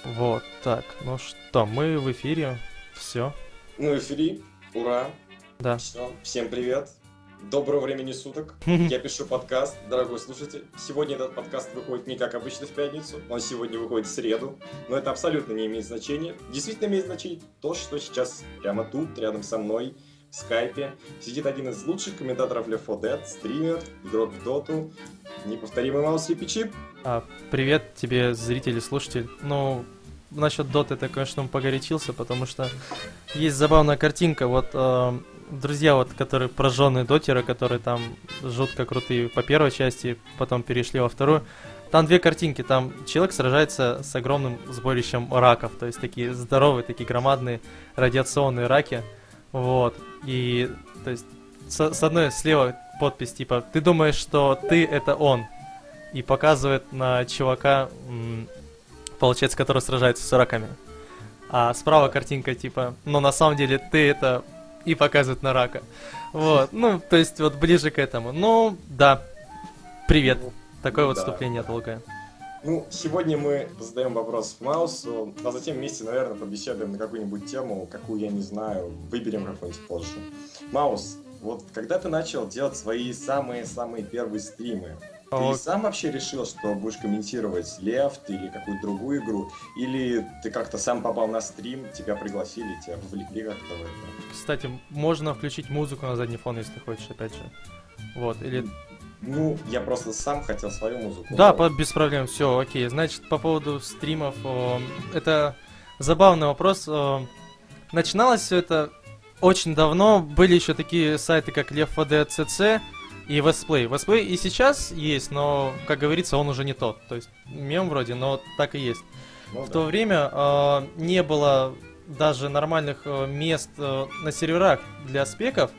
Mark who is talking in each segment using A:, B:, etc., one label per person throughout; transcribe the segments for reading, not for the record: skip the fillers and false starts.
A: Вот, так, ну что, мы в эфире, все,
B: Ну и фри, ура,
A: да.
B: все, всем привет, доброго времени суток, я пишу подкаст, дорогой слушатель. Сегодня этот подкаст выходит не как обычно в пятницу, он сегодня выходит в среду, но это абсолютно не имеет значения. Действительно имеет значение то, что сейчас прямо тут, рядом со мной, в скайпе, сидит один из лучших комментаторов Left 4 Dead, стример, игрок в доту, неповторимый Маус Чип.
A: Привет тебе, зритель и слушатель. Ну, насчет доты это, конечно, он погорячился, потому что есть забавная картинка, вот, друзья, вот, которые прожженные дотеры, которые там жутко крутые по первой части, потом перешли во вторую. Там две картинки, там человек сражается с огромным сборищем раков, то есть такие здоровые, такие громадные радиационные раки, вот, и, то есть, с одной слева подпись, типа, ты думаешь, что ты это он, и показывает на чувака, получается, который сражается с раками. А справа картинка, типа, но на самом деле ты это, и показывает на рака. Вот, ну, то есть, вот ближе к этому. Ну, да, привет. Такое вот
B: Да.
A: вступление долгое.
B: Ну, сегодня мы задаем вопрос Маусу, а затем вместе, наверное, побеседуем на какую-нибудь тему, какую я не знаю, выберем какую-нибудь позже. Маус, вот когда ты начал делать свои самые-самые первые стримы, ты сам вообще решил, что будешь комментировать Left или какую-то другую игру? Или ты как-то сам попал на стрим, тебя пригласили, тебя вовлекли как-то в это?
A: Кстати, можно включить музыку на задний фон, если хочешь, опять же. Вот, или...
B: Ну, я просто сам хотел свою музыку.
A: Да, без проблем, все, окей. Значит, по поводу стримов, это забавный вопрос. Начиналось все это очень давно. Были еще такие сайты, как Left 4 Dead CC и Westplay. Westplay и сейчас есть, но, как говорится, он уже не тот. То есть мем вроде, но так и есть.
B: Ну,
A: В то время не было даже нормальных мест на серверах для спеков.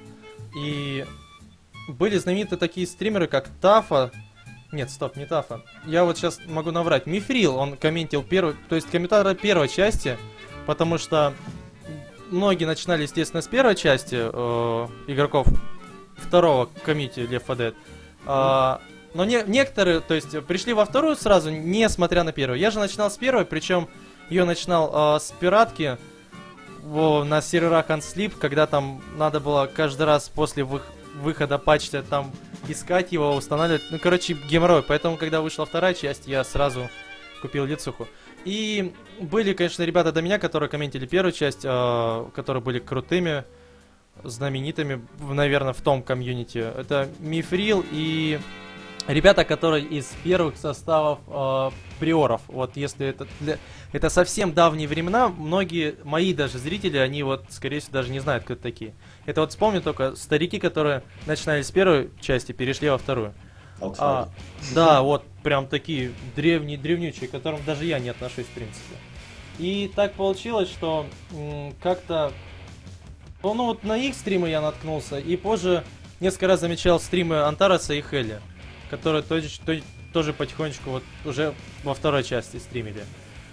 A: И были знаменитые такие стримеры, как Тафа. Нет, стоп, не Тафа. Я вот сейчас могу наврать. Мифрил, он комментил первый, то есть комментатор первой части, потому что многие начинали, естественно, с первой части игроков второго комьюнити Left 4 Dead. Но некоторые, то есть, пришли во вторую сразу, несмотря на первую. Я же начинал с первой, причем ее начинал с пиратки на серверах Unsleep, когда там надо было каждый раз после выхода патча там искать его, устанавливать. Ну, короче, геморрой. Поэтому, когда вышла вторая часть, я сразу купил лицуху. И были, конечно, ребята до меня, которые комментили первую часть, которые были крутыми, знаменитыми, наверное, в том комьюнити. Это Мифрил и ребята, которые из первых составов приоров. Вот если это совсем давние времена, многие мои даже зрители, они вот, скорее всего, даже не знают, кто это такие. Это вот вспомню только старики, которые начинали с первой части, перешли во вторую. Да, вот прям такие древнючие, к которым даже я не отношусь, в принципе. И так получилось, что как-то... Ну вот на их стримы я наткнулся, и позже несколько раз замечал стримы Антараса и Хелли, которые тоже потихонечку вот уже во второй части стримили.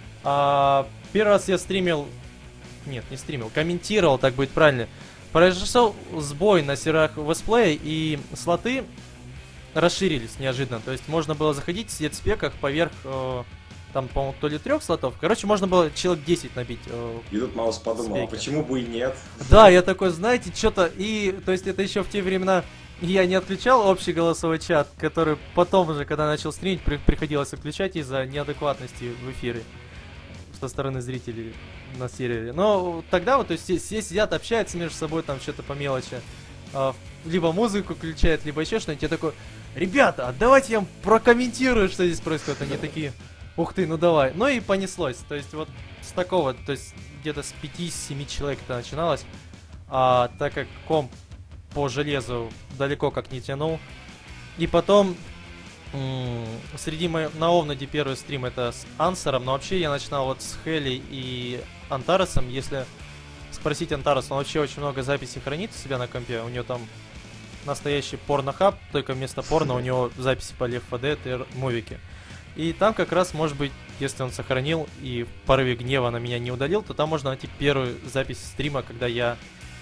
A: Первый раз я стримил... Нет, не стримил, комментировал, так будет правильно. Произошел сбой на серверах Westplay, и слоты расширились неожиданно. То есть можно было заходить, сидеть в спеках поверх... Там, по-моему, то ли 3 слотов. Короче, можно было человек 10 набить.
B: И тут Маус подумал, а почему бы и нет?
A: Да, я такой, знаете, что-то... И, то есть, это еще в те времена я не отключал общий голосовой чат, который потом уже, когда начал стримить, приходилось отключать из-за неадекватности в эфире со стороны зрителей на сервере. Но тогда вот, то есть, все сидят, общаются между собой, там, что-то по мелочи. Либо музыку включают, либо еще что-нибудь. Я такой, ребята, давайте я вам прокомментирую, что здесь происходит. Они такие... Ух ты, ну давай. Ну и понеслось. То есть вот с такого, то есть где-то с 5-7 человек это начиналось. Так как комп по железу далеко как не тянул. И потом среди моих на Овнаде первый стрим это с Ансером. Но вообще я начинал вот с Хелли и Антаресом. Если спросить Антарес, он вообще очень много записей хранит у себя на компе. У него там настоящий порнохаб, только вместо порно у него записи по Left 4 Dead и мувики. И там как раз, может быть, если он сохранил и в порыве гнева на меня не удалил, то там можно найти первую запись стрима, когда я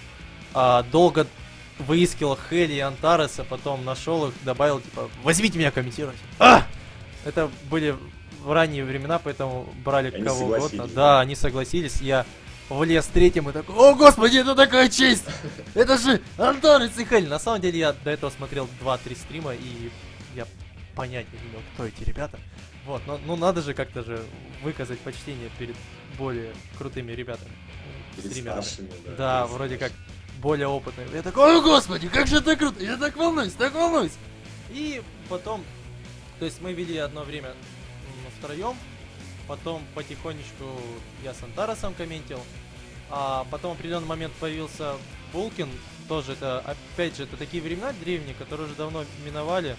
A: долго выискивал Хелли и Антареса, потом нашел их, добавил, типа, возьмите меня комментировать. Это были в ранние времена, поэтому брали
B: Они
A: кого угодно.
B: согласились,
A: Да, они согласились, я влез третьим и такой: о господи, это такая честь! Это же Антон и Цихель! На самом деле я до этого смотрел 2-3 стрима, и я понятия не имел, кто эти ребята. Вот, но ну надо же как-то же выказать почтение перед более крутыми ребятами.
B: Перед
A: Стримерами.
B: старшими,
A: Да,
B: перед
A: вроде как
B: старшими.
A: более опытные. Я такой: о господи, как же это круто! Я так волнуюсь, так волнуюсь! И потом, то есть мы вели одно время втроем, потом потихонечку я с Антаросом комментил, а потом в определенный момент появился Булкин, тоже это, опять же, это такие времена древние, которые уже давно миновали.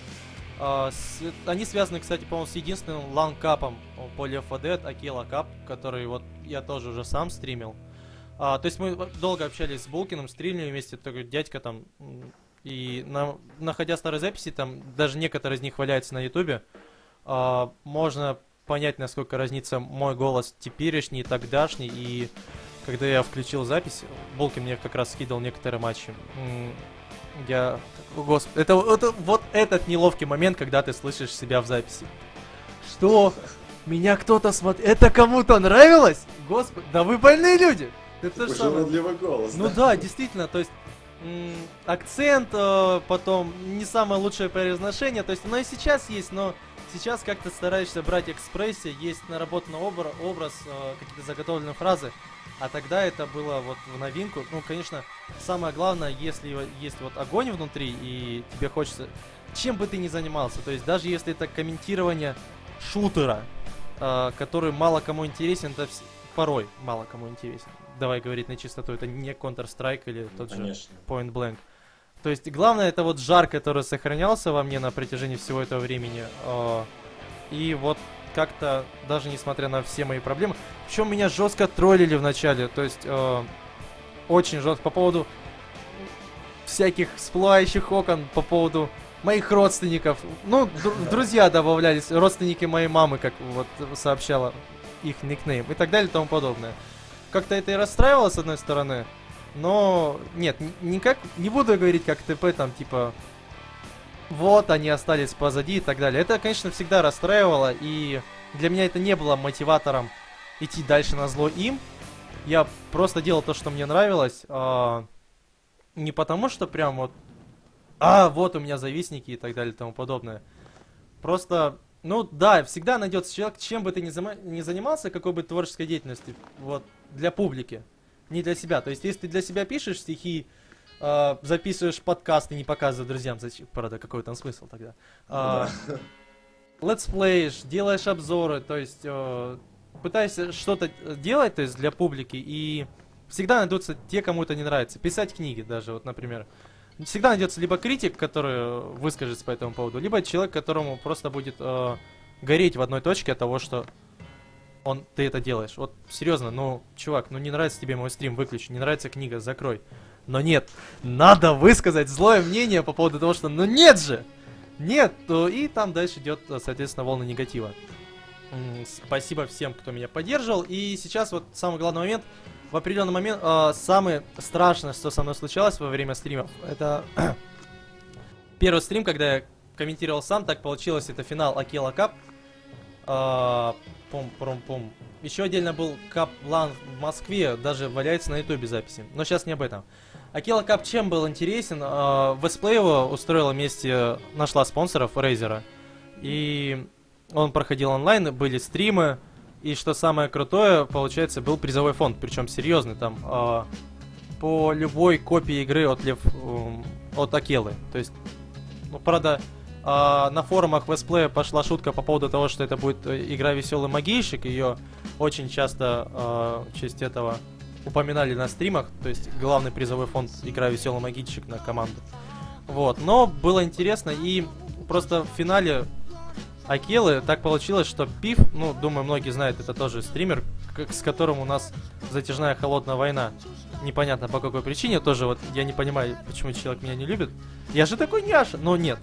A: Они связаны, кстати, по-моему, с единственным лан-капом по Left 4 Dead, Акела Кап, который вот я тоже уже сам стримил. То есть мы долго общались с Булкиным, стримили вместе, такой дядька там, и находя старые записи, там даже некоторые из них валяются на ютубе, можно понять, насколько разнится мой голос теперешний, тогдашний, и когда я включил запись, Булкин мне как раз скидывал некоторые матчи. Я... Господи, это вот этот неловкий момент, когда ты слышишь себя в записи. Что? Меня кто-то смотрит? Это кому-то нравилось? Господи, да вы больные люди! Это то же
B: Уже
A: самое.
B: уродливый голос.
A: Ну да, действительно, то есть акцент, потом не самое лучшее произношение, то есть оно и сейчас есть, но сейчас как-то стараешься брать экспрессию, есть наработанный образ, какие-то заготовленные фразы, а тогда это было вот в новинку. Ну, конечно, самое главное, если есть вот огонь внутри и тебе хочется, чем бы ты ни занимался, то есть даже если это комментирование шутера, который мало кому интересен, это порой мало кому интересен. Давай говорить на чистоту, это не Counter-Strike или тот же Point Blank. То есть главное это вот жар, который сохранялся во мне на протяжении всего этого времени. И вот как-то, даже несмотря на все мои проблемы, причем меня жестко троллили в начале, то есть очень жестко по поводу всяких всплывающих окон, по поводу моих родственников. Ну, друзья добавлялись, родственники моей мамы, как вот сообщала их никнейм и так далее и тому подобное. Как-то это и расстраивало с одной стороны, но нет, никак не буду говорить как ТП там типа вот они остались позади и так далее. Это, конечно, всегда расстраивало, и для меня это не было мотиватором идти дальше на зло им. Я просто делал то, что мне нравилось, не потому что прям вот вот у меня завистники и так далее и тому подобное. Просто, ну да, всегда найдется человек, чем бы ты ни занимался, какой бы творческой деятельности, вот, для публики, не для себя. То есть, если ты для себя пишешь стихи, записываешь подкасты, не показываешь друзьям, зачем, правда, какой там смысл тогда? Летсплеишь, делаешь обзоры, то есть, пытаешься что-то делать, то есть, для публики, и всегда найдутся те, кому это не нравится. Писать книги даже, вот, например. Всегда найдется либо критик, который выскажется по этому поводу, либо человек, которому просто будет гореть в одной точке от того, что ты это делаешь. Вот серьезно, ну, чувак, ну не нравится тебе мой стрим, выключи, не нравится книга, закрой. Но нет, надо высказать злое мнение по поводу того, что ну нет же! Нет! И там дальше идет, соответственно, волна негатива. Спасибо всем, кто меня поддерживал. И сейчас вот самый главный момент. В определенный момент самое страшное, что со мной случалось во время стримов, это первый стрим, когда я комментировал сам, так получилось, это финал Акела Кап. Пум-пум-пум. Еще отдельно был Кап Лан в Москве, даже валяется на ютубе записи. Но сейчас не об этом. Акела Кап чем был интересен? Весплей его устроила вместе, нашла спонсоров, Рейзера. И он проходил онлайн, были стримы. И что самое крутое, получается, был призовой фонд, причем серьезный, там, по любой копии игры от Акелы. То есть, ну, правда, на форумах Весплея пошла шутка по поводу того, что это будет игра «Веселый могильщик», ее очень часто в честь этого упоминали на стримах, то есть главный призовой фонд игра «Веселый могильщик» на команду. Вот, но было интересно, и просто в финале Акелы так получилось, что Пив, ну, думаю, многие знают, это тоже стример, с которым у нас затяжная холодная война. Непонятно по какой причине, тоже вот я не понимаю, почему человек меня не любит. Я же такой няша, но нет.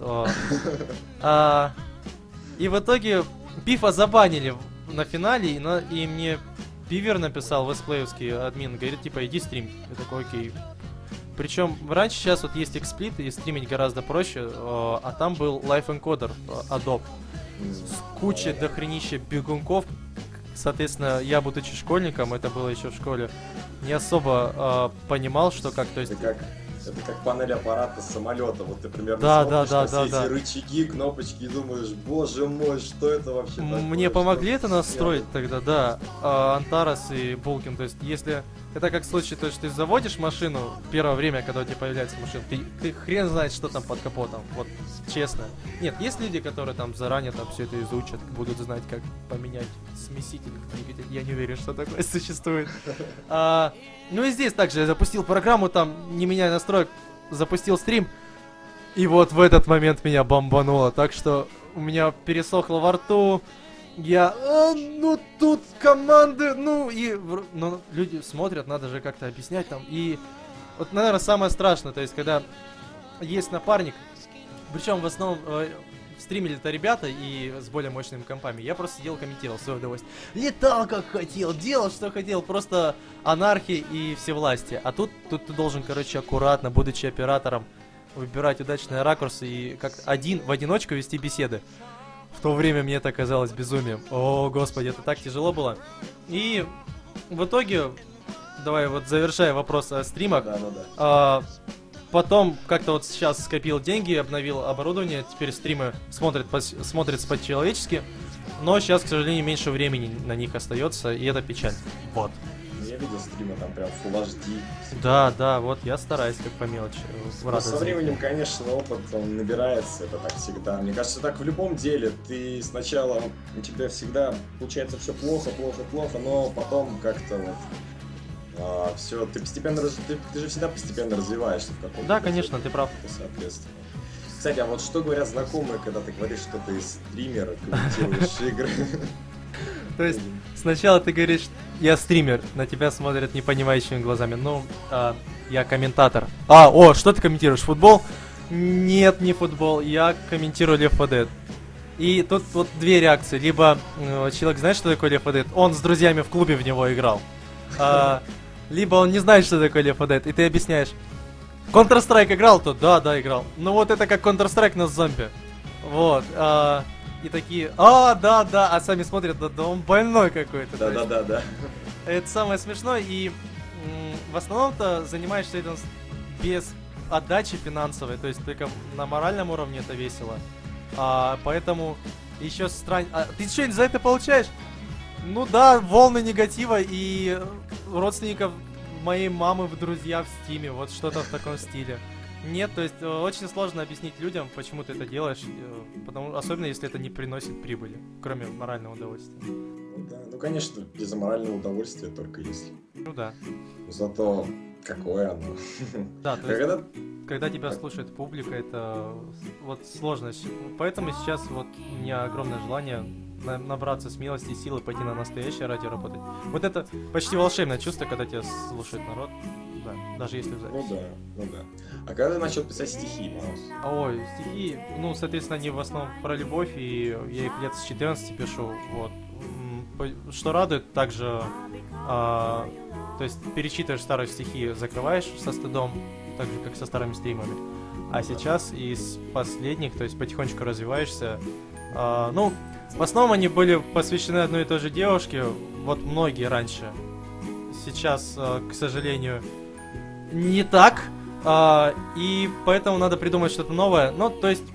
A: И в итоге Пифа забанили на финале, и мне Пивер написал, весплеевский админ, говорит, типа, иди стрим. Я такой, окей. Причем раньше сейчас вот есть XSplit, и стримить гораздо проще, а там был Life Encoder, Adobe. с кучей дохренища бегунков. Соответственно, я, будучи школьником, это было еще в школе, не особо понимал, что как, то есть...
B: Это как панель аппарата самолета. Вот ты примерно
A: Да,
B: смотришь на все эти рычаги, кнопочки и думаешь, боже мой, что это вообще такое?
A: Мне помогли это настроить тогда, да, Антарес и Булкин. То есть, если это как случай, то есть ты заводишь машину первое время, когда у тебя появляется машина, ты хрен знает, что там под капотом, вот честно. Нет, есть люди, которые там заранее там все это изучат, будут знать, как поменять смеситель, двигатель. Я не уверен, что такое существует. Ну и здесь также я запустил программу, там, не меняя настроек, запустил стрим. И вот в этот момент меня бомбануло. Так что у меня пересохло во рту. Я, ну тут команды, ну и... Ну, люди смотрят, надо же как-то объяснять там. И вот, наверное, самое страшное, то есть, когда есть напарник, причем в основном... стримили-то ребята и с более мощными компами. Я просто сидел, комментировал свое удовольствие. Летал как хотел, делал что хотел, просто анархия и всевластие. А тут ты должен, короче, аккуратно, будучи оператором, выбирать удачные ракурсы и как один в одиночку вести беседы. В то время мне это казалось безумием. О, господи, это так тяжело было. И в итоге, давай вот завершая вопрос о стримах. Потом как-то вот сейчас скопил деньги, обновил оборудование, теперь стримы смотрятся по-человечески, но сейчас, к сожалению, меньше времени на них остается, и это печаль. Вот.
B: Я видел стримы там прям Full HD.
A: Да, вот я стараюсь как по мелочи.
B: Со временем, конечно, опыт он набирается, это так всегда. Мне кажется, так в любом деле. Ты сначала, у тебя всегда получается все плохо, но потом как-то вот... все, ты постепенно ты же всегда постепенно развиваешься в каком-то.
A: Да, конечно, ты прав.
B: Соответственно. Кстати, а вот что говорят знакомые, когда ты говоришь, что ты стример, комментируешь игры?
A: То есть сначала ты говоришь, я стример, на тебя смотрят непонимающими глазами. Ну, я комментатор. Что ты комментируешь? Футбол? Нет, не футбол, я комментирую Left 4 Dead. И тут вот две реакции. Либо человек знает, что такое Left 4 Dead, он с друзьями в клубе в него играл. Либо он не знает, что такое Left 4 Dead, и ты объясняешь. Counter-Strike играл? То да, играл. Ну вот это как Counter-Strike на зомби. Вот. И такие, да, а сами смотрят, да он больной какой-то.
B: Да.
A: Это самое смешное, и в основном-то занимаешься этим без отдачи финансовой, то есть только на моральном уровне это весело. Поэтому еще странно. Ты что, за это получаешь? Ну да, волны негатива и родственников моей мамы в друзья в стиме, вот что-то в таком стиле. Нет, то есть очень сложно объяснить людям, почему ты это делаешь, особенно если это не приносит прибыли, кроме морального удовольствия.
B: Ну да, ну конечно, без морального удовольствия только если.
A: Ну да.
B: Зато какое оно.
A: Да, то есть, когда тебя слушает публика, это вот сложность. Поэтому сейчас вот у меня огромное желание набраться смелости и силы пойти на настоящее радио работать. Вот это почти волшебное чувство, когда тебя слушает народ. Да, даже если в записи.
B: Ну да. А когда ты начал писать стихи, Маус?
A: Ой, стихи, ну, соответственно, они в основном про любовь, и я их лет с 14 пишу, вот. Что радует, также, то есть перечитываешь старые стихи, закрываешь со стыдом, так же, как со старыми стримами. А сейчас из последних, то есть потихонечку развиваешься, ну, в основном они были посвящены одной и той же девушке, вот многие раньше. Сейчас, к сожалению, не так, и поэтому надо придумать что-то новое. Ну, то есть,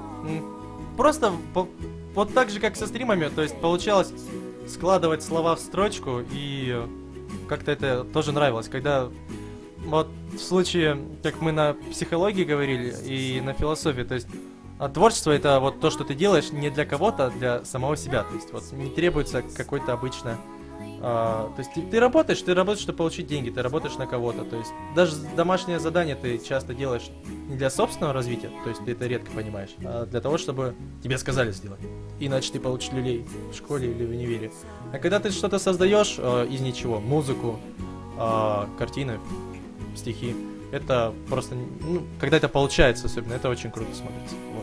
A: просто вот так же, как со стримами, то есть получалось складывать слова в строчку, и как-то это тоже нравилось, когда вот в случае, как мы на психологии говорили и на философии, то есть творчество это вот то, что ты делаешь не для кого-то, а для самого себя, то есть вот не требуется какой-то обычно, то есть ты работаешь, чтобы получить деньги, ты работаешь на кого-то, то есть даже домашнее задание ты часто делаешь не для собственного развития, то есть ты это редко понимаешь, а для того, чтобы тебе сказали сделать, иначе ты получишь люлей в школе или в универе. А когда ты что-то создаешь из ничего, музыку, картины, стихи, это просто, ну, когда это получается особенно, это очень круто смотрится. Вот.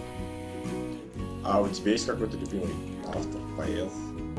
B: А у тебя есть какой-то любимый автор, поэт?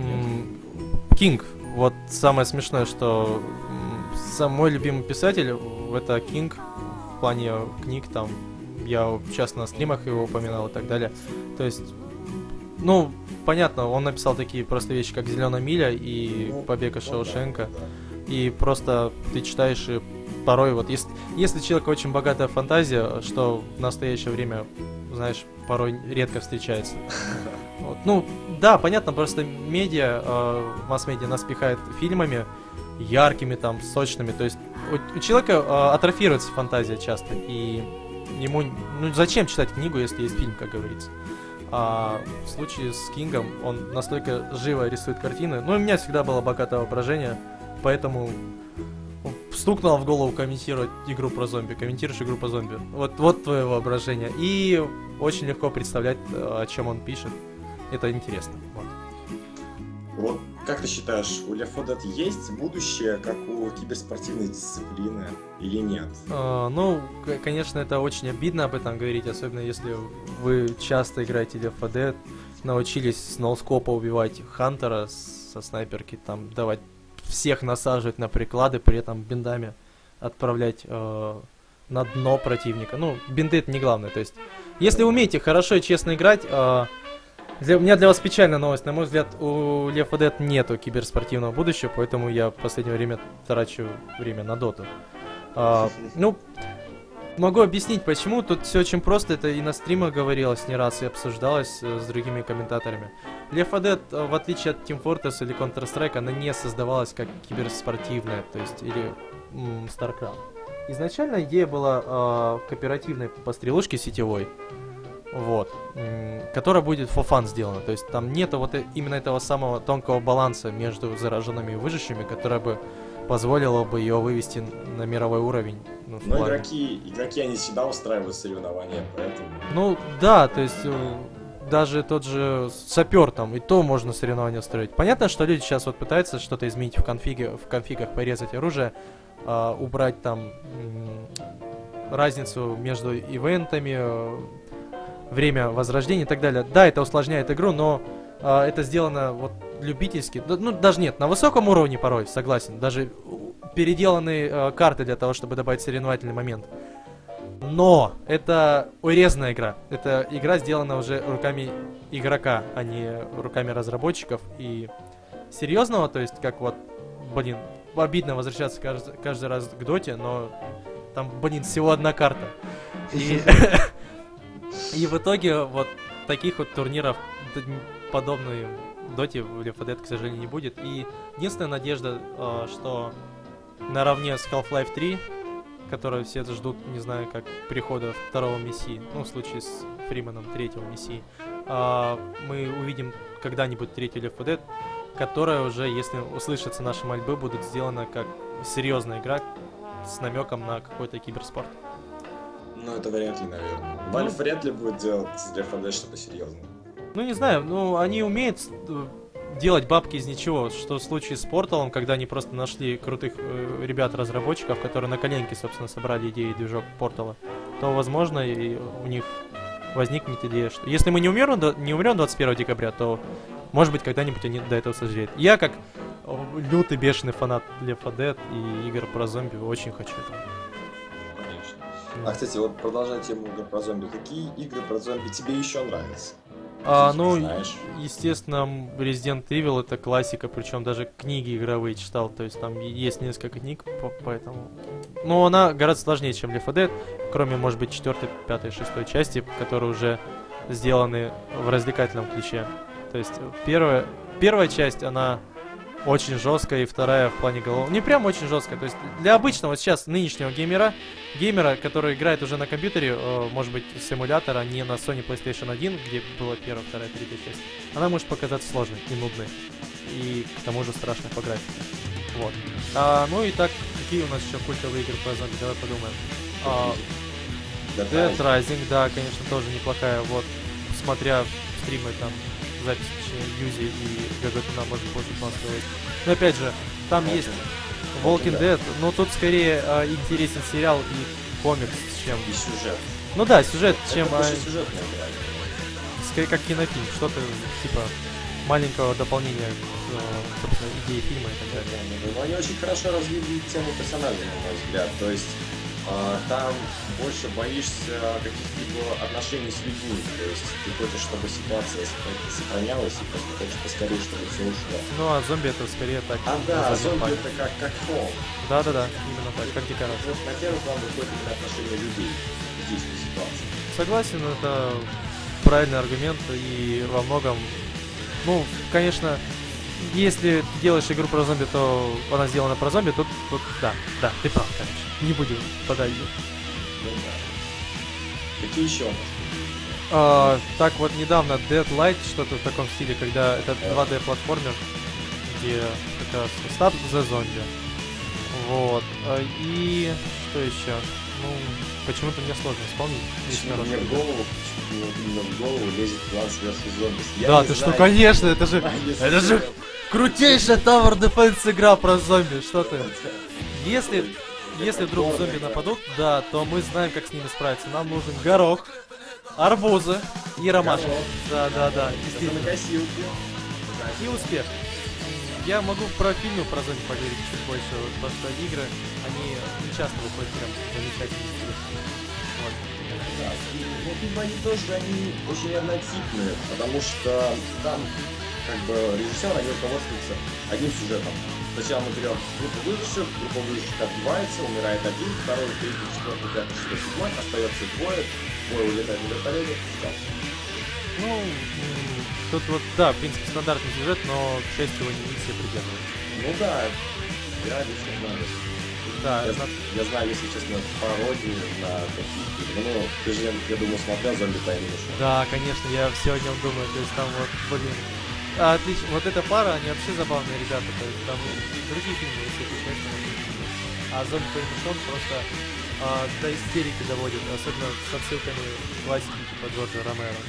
A: Кинг. Вот самое смешное, что мой любимый писатель это Кинг. В плане книг там я часто на стримах его упоминал и так далее. То есть Ну, понятно, он написал такие просто вещи, как «Зеленая миля» и
B: Ну,
A: «Побег из
B: да,
A: Шоушенка».
B: да.
A: И просто ты читаешь, и порой вот, если у человека очень богатая фантазия, что в настоящее время, знаешь, порой редко встречается. Вот. Ну, да, понятно, просто медиа, масс-медиа нас пихает фильмами яркими, там, сочными. То есть у человека атрофируется фантазия часто, и ему, ну, зачем читать книгу, если есть фильм, как говорится. А в случае с Кингом он настолько живо рисует картины. Ну, у меня всегда было богатое воображение, поэтому стукнуло в голову комментировать игру про зомби. Комментируешь игру про зомби. Вот твое воображение. И очень легко представлять, о чем он пишет. Это интересно. Вот.
B: Вот как ты считаешь, у Left 4 Dead есть будущее, как у киберспортивной дисциплины, или нет?
A: Ну, конечно, это очень обидно об этом говорить, особенно если вы часто играете в Left 4 Dead, научились с ноускопа убивать Хантера со снайперки, там давать всех насаживать на приклады, при этом биндами отправлять на дно противника. Ну, бинды это не главное, то есть, если умеете хорошо и честно играть, у меня для вас печальная новость. На мой взгляд, у Left 4 Dead нету киберспортивного будущего, поэтому я в последнее время трачу время на доту. Ну, могу объяснить почему. Тут все очень просто. Это и на стримах говорилось не раз, и обсуждалось с другими комментаторами. Left 4 Dead, в отличие от Team Fortress или Counter-Strike, она не создавалась как киберспортивная, то есть, или StarCraft. Изначально идея была кооперативной пострелушки сетевой. Вот, которая будет for fun сделана. То есть там нету вот именно этого самого тонкого баланса между зараженными и выжившими, которая бы позволила бы ее вывести на мировой уровень. Ну,
B: но игроки они всегда устраивают соревнования, поэтому...
A: Ну да, то есть даже тот же сапер там, и то можно соревнования устроить. Понятно, что люди сейчас вот пытаются что-то изменить в конфигах, порезать оружие, убрать там разницу между ивентами, время возрождения и так далее. Да, это усложняет игру, но это сделано вот любительски. Ну, даже нет, на высоком уровне порой, согласен. Даже переделанные карты для того, чтобы добавить соревновательный момент. Но это урезанная игра. Это игра сделана уже руками игрока, а не руками разработчиков. И серьезного, то есть, как вот, блин, обидно возвращаться каждый раз к доте, но там, блин, всего одна карта. И в итоге вот таких вот турниров подобной доте в Left 4 Dead, к сожалению, не будет. И единственная надежда, что наравне с Half-Life 3, которую все ждут, не знаю, как прихода второго мессии, ну, в случае с Фрименом третьего мессии, мы увидим когда-нибудь третью Left 4 Dead, которая уже, если услышатся наши мольбы, будет сделана как серьезная игра с намеком на какой-то киберспорт.
B: Ну, это вряд ли, наверное. Valve вряд ли будет делать для Left 4 Dead что-то серьезное.
A: Ну, не знаю, ну, они умеют делать бабки из ничего, что в случае с Portal, когда они просто нашли крутых ребят-разработчиков, которые на коленке, собственно, собрали идеи и движок Portal, то, возможно, и у них возникнет идея, что если мы не умрем 21 декабря, то, может быть, когда-нибудь они до этого сожалеют. Я, как лютый бешеный фанат Left 4 Dead и игр про зомби, очень хочу этого.
B: А, кстати, вот продолжая тему игр про зомби, какие игры про зомби тебе еще нравятся?
A: Ну, естественно, Resident Evil это классика, причем даже книги игровые читал, то есть там есть несколько книг, поэтому... Но она гораздо сложнее, чем Left 4 Dead, кроме, может быть, 4, 5, 6 части, которые уже сделаны в развлекательном ключе. То есть первая часть, она очень жесткая, и вторая в плане голов... Не прям очень жесткая, то есть для обычного сейчас нынешнего геймера, который играет уже на компьютере, может быть, с эмулятора, не на Sony PlayStation 1, где была первая, вторая, третья часть, она может показаться сложной и нудной. И к тому же страшно по графике. Вот. Ну и так, какие у нас еще культовые игры про зомби, давай подумаем. Dead Rising, да, конечно, тоже неплохая. Вот, смотря стримы там, запись, точнее, Юзи и Гагатуна, может больше посмотреть. Но опять же, там есть Walking Dead, но тут скорее интересен сериал и комикс, чем...
B: И сюжет.
A: Ну да, сюжет, чем...
B: сюжетная игра.
A: Скорее как кинофильм, что-то типа маленького дополнения к, собственно, идее фильма и так далее.
B: Но они очень хорошо развили тему персонажей, на мой взгляд. То есть Там больше боишься каких-либо отношений с людьми. То есть ты хочешь, чтобы ситуация сохранялась, и просто хочешь поскорее, чтобы все ушло.
A: Ну а зомби это скорее так.
B: Да, зомби это как фон.
A: Да-да-да, именно так, как декорация.
B: Вот на первый план выходит именно отношения людей в действии ситуации.
A: Согласен, это правильный аргумент, и во многом, ну, конечно, если делаешь игру про зомби, то она сделана про зомби, тут да, ты прав, конечно. Не будем подать.
B: Ну да. Какие еще?
A: Так вот недавно Dead Light, что-то в таком стиле, когда это 2D платформер, где как раз Start the Zombie. Вот. И что еще? Ну, почему-то мне сложно вспомнить.
B: Мне в голову лезет Plants vs. Zombies.
A: Да, ты что, конечно, это же крутейшая Tower Defense игра про зомби, что ты? Если вдруг зомби нападут, да, то мы знаем, как с ними справиться. Нам нужен горох, арбузы и ромашки. Да, действительно. И успех. Я могу про фильмы про зомби поговорить чуть больше, потому что игры, они не часто выходят прям замечательные. Вот.
B: Да, и фильмы они тоже, они очень однотипные, потому что там как бы режиссер, они руководствуются одним сюжетом. Сначала мы берем группу выживших отбивается, умирает один, второй, третий, четвертый, пятый, шестой, седьмой, остается двое улетает на вертолете, все.
A: Ну, тут вот, да, в принципе, стандартный сюжет, но, к счастью, его не все придерживаются.
B: Ну да, я лично знаю.
A: Да,
B: я знаю, если честно, пародии на какие-то. Ну, ты же, я думаю, смотрел «Зомби по имени Шон».
A: Да, конечно, я все о нем думаю, то есть там вот, блин. Отлично, вот эта пара, они вообще забавные ребята, то есть там и другие фильмы, если честно. А «Зомби по имени Шон» просто до истерики доводит, особенно со ссылками классики типа Джорджа Ромеро.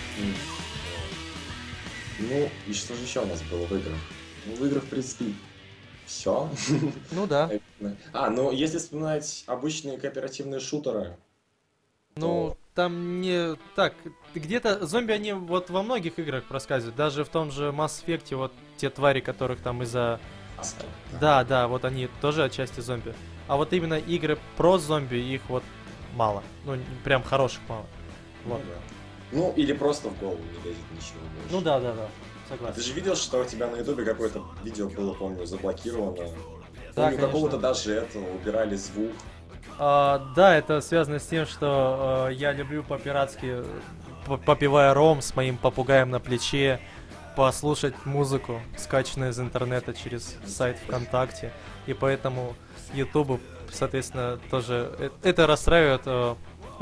B: Ну, и что же еще у нас было в играх? Ну, в играх, в принципе, все.
A: Ну да.
B: Ну, если вспоминать обычные кооперативные шутеры,
A: ну, там не... Так, где-то зомби, они вот во многих играх проскальзывают. Даже в том же Mass Effect, вот те твари, которых там из-за... Да, вот они тоже отчасти зомби. А вот именно игры про зомби, их вот мало. Ну, прям хороших мало. Вот.
B: Ну, или просто в голову не лезет ничего больше.
A: Ну да, согласен.
B: Ты же видел, что у тебя на ютубе какое-то видео было, помню, заблокировано?
A: Да,
B: помню, какого-то даже этого убирали звук.
A: Да, это связано с тем, что я люблю по-пиратски, попивая ром с моим попугаем на плече, послушать музыку, скачанную из интернета через сайт ВКонтакте. И поэтому Ютубу, соответственно, тоже это расстраивает.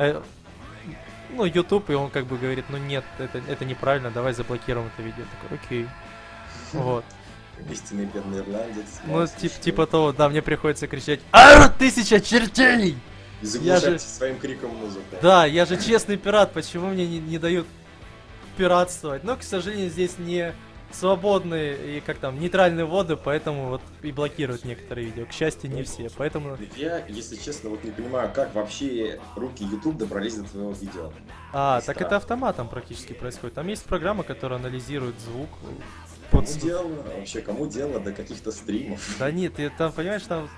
A: Ну, Ютуб, и он как бы говорит, ну нет, это неправильно, давай заблокируем это видео. Такой, окей. Вот.
B: Истинный бедный ирландец.
A: Ну, типа того, да, мне приходится кричать «Арр, 1000 чертей!»
B: И заглушать своим криком музыку.
A: Да, я же честный пират, почему мне не дают пиратствовать? Но, к сожалению, здесь не свободные и как там нейтральные воды, поэтому вот и блокируют некоторые видео. К счастью, не все, поэтому...
B: Я, если честно, вот не понимаю, как вообще руки YouTube добрались до твоего видео.
A: Так это автоматом практически происходит. Там есть программа, которая анализирует звук.
B: Кому дело? Вообще, кому дело до каких-то стримов?
A: Да нет, там, понимаешь, там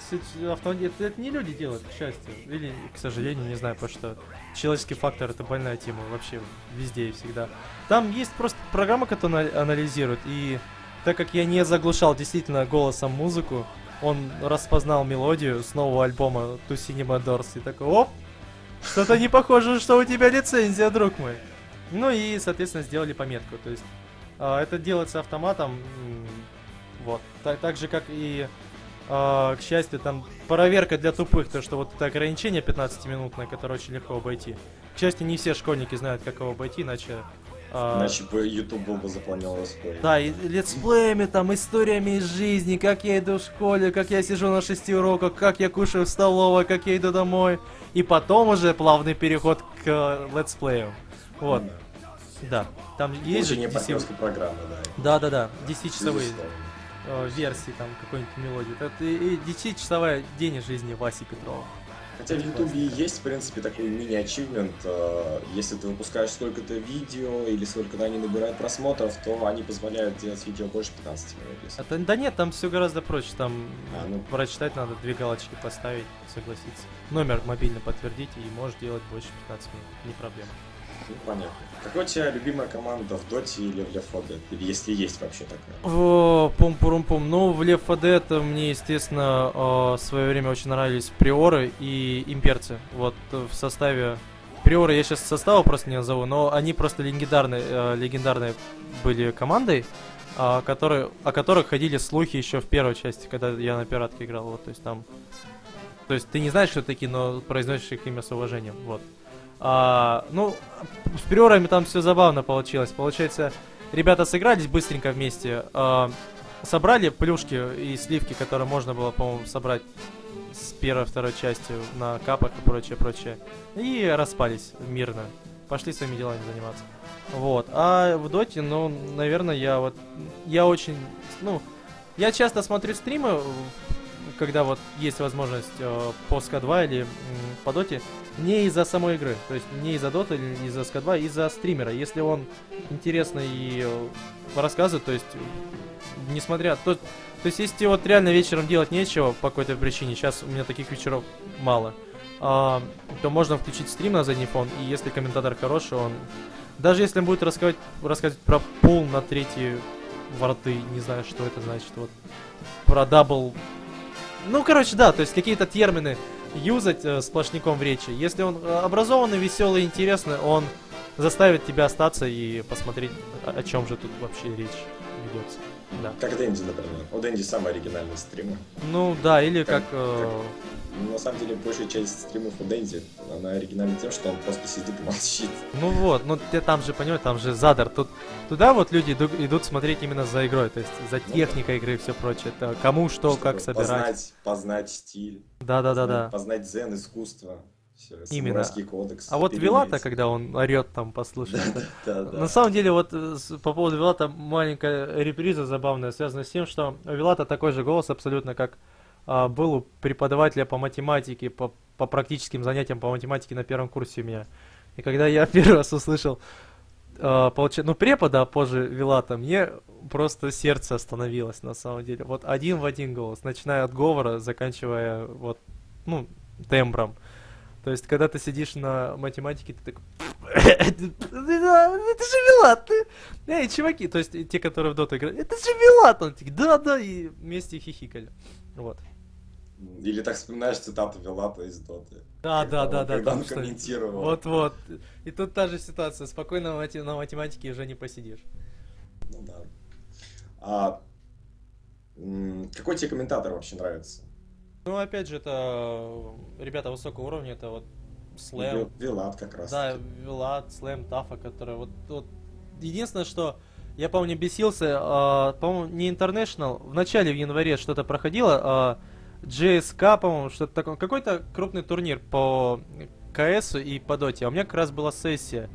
A: это не люди делают, к счастью. Или, к сожалению, не знаю, потому что человеческий фактор — это больная тема вообще везде и всегда. Там есть просто программа, которая анализирует, и так как я не заглушал действительно голосом музыку, он распознал мелодию с нового альбома To Cinema Doors и такой: оп, что-то не похоже, что у тебя лицензия, друг мой. Ну и, соответственно, сделали пометку, то есть это делается автоматом, вот, так же, как и, к счастью, там проверка для тупых, то что вот это ограничение 15-минутное, которое очень легко обойти. К счастью, не все школьники знают, как его обойти, иначе...
B: Иначе бы YouTube был бы запланирован летсплей.
A: Да, и летсплеями, там, историями из жизни, как я иду в школе, как я сижу на 6 уроках, как я кушаю в столовой, как я иду домой. И потом уже плавный переход к летсплею. Вот. Да, там есть же
B: партнерской программы, да.
A: Да, 10-часовые версии там какой-нибудь мелодии. Это и 10-часовая день из жизни Васи Петрова.
B: Хотя в Ютубе есть, в принципе, такой мини-ачивмент. Если ты выпускаешь сколько-то видео или сколько-то они набирают просмотров, то они позволяют делать видео больше 15 минут.
A: Да нет, там все гораздо проще. Там
B: ну...
A: прочитать надо, 2 галочки поставить, согласиться. Номер мобильно подтвердить и можешь делать больше 15 минут. Не проблема.
B: Ну, понятно. Какая у тебя любимая команда в Доте или в Left 4 Dead? Или если есть вообще такая?
A: Пум-пурум-пум. Ну, в Left 4 Dead мне, естественно, в свое время очень нравились Приоры и Имперцы. Вот в составе... Приоры я сейчас состава просто не назову, но они просто легендарные были командой, о которых ходили слухи еще в первой части, когда я на пиратке играл. Вот, то есть там... То есть ты не знаешь, что такие, но произносишь их имя с уважением. Вот. Ну, с приорами там все забавно получилось. Получается, ребята сыгрались быстренько вместе, собрали плюшки и сливки, которые можно было, по-моему, собрать с первой-второй части на капах и прочее, и распались мирно. Пошли своими делами заниматься. Вот. А в доте, ну, наверное, я очень, ну, я часто смотрю стримы, когда вот есть возможность по СК2 или по доте, не из-за самой игры, то есть не из-за доты или из-за СК2, а из-за стримера. Если он интересно и рассказывает, то есть, несмотря... То есть, если вот реально вечером делать нечего по какой-то причине, сейчас у меня таких вечеров мало, то можно включить стрим на задний фон, и если комментатор хороший, он... Даже если он будет рассказывать про пул на третьи ворты, не знаю, что это значит, вот, про дабл... Ну, короче, да, то есть какие-то термины юзать сплошняком в речи. Если он образованный, веселый, интересный, он заставит тебя остаться и посмотреть, о чем же тут вообще речь ведется. Да.
B: Как Дэнди, например. У Дэнди самые оригинальные стримы.
A: Ну да, или как
B: на самом деле, большая часть стримов у Дэнди, она оригинальна тем, что он просто сидит и молчит.
A: Ну вот, ну ты там же, понимаешь, там же задар. Туда вот люди идут смотреть именно за игрой, то есть за техникой игры и все прочее. Это кому что, как собирать.
B: Познать стиль.
A: Да.
B: Познать дзен, искусство.
A: Именно.
B: Кодекс.
A: А вот Вилата, когда он орет там, послушай. На самом деле, вот по поводу Вилата маленькая реприза забавная, связана с тем, что у Вилата такой же голос абсолютно, как был у преподавателя по математике, по практическим занятиям по математике на первом курсе у меня. И когда я первый раз услышал препода, а позже Вилата, мне просто сердце остановилось на самом деле. Вот один в один голос, начиная от говора, заканчивая тембром. То есть, когда ты сидишь на математике, ты такой... Это же Вилат! Эй, чуваки! То есть, те, которые в доту играют, это же Вилат! Он такие, да, и вместе хихикали. Вот.
B: Или так вспоминаешь цитату Вилата из доты.
A: Да.
B: Когда он комментировал.
A: Вот. И тут та же ситуация. Спокойно на математике уже не посидишь.
B: Ну да. Какой тебе комментатор вообще нравится?
A: Ну, опять же, это ребята высокого уровня, это вот Слэм.
B: Вилат как раз.
A: Да, Вилат, Слэм, Тафа, которые вот... Единственное, что я, помню, бесился, по-моему, не International, в начале, в январе что-то проходило, GSK, по-моему, что-то такое, какой-то крупный турнир по КС и по доте, а у меня как раз была сессия.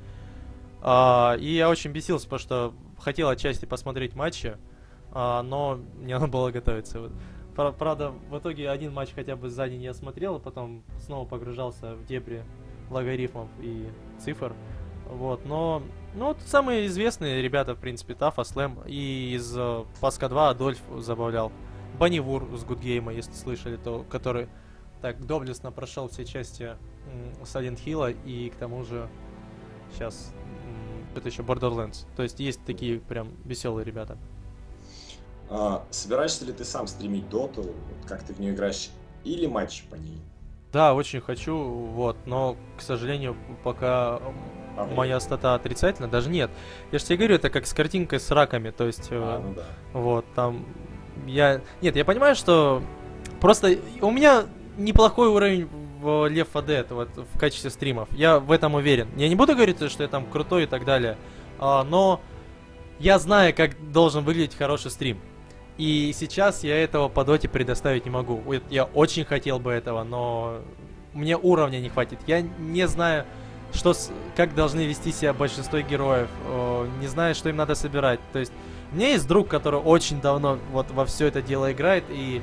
A: И я очень бесился, потому что хотел отчасти посмотреть матчи, но мне надо было готовиться. Правда, в итоге один матч хотя бы за день я смотрел, а потом снова погружался в дебри логарифмов и цифр. Вот, но вот самые известные ребята, в принципе, Тафа, Слэм, и из Паска 2 Адольф забавлял. Банивур с Гудгейма, если слышали, то который так доблестно прошел все части Silent Hill, и к тому же сейчас это еще Borderlands. То есть есть такие прям веселые ребята.
B: Собираешься ли ты сам стримить доту, как ты в нее играешь, или матчи по ней?
A: Да, очень хочу, вот, но, к сожалению, пока моя стата отрицательна, даже нет. Я же тебе говорю, это как с картинкой с раками, то есть, вот, там, я понимаю, что просто у меня неплохой уровень в Left 4 Dead, вот, в качестве стримов, я в этом уверен. Я не буду говорить, что я там крутой и так далее, но я знаю, как должен выглядеть хороший стрим. И сейчас я этого по доте предоставить не могу. Я очень хотел бы этого, но мне уровня не хватит. Я не знаю, как должны вести себя большинство героев. Не знаю, что им надо собирать. То есть, у меня есть друг, который очень давно вот во все это дело играет. И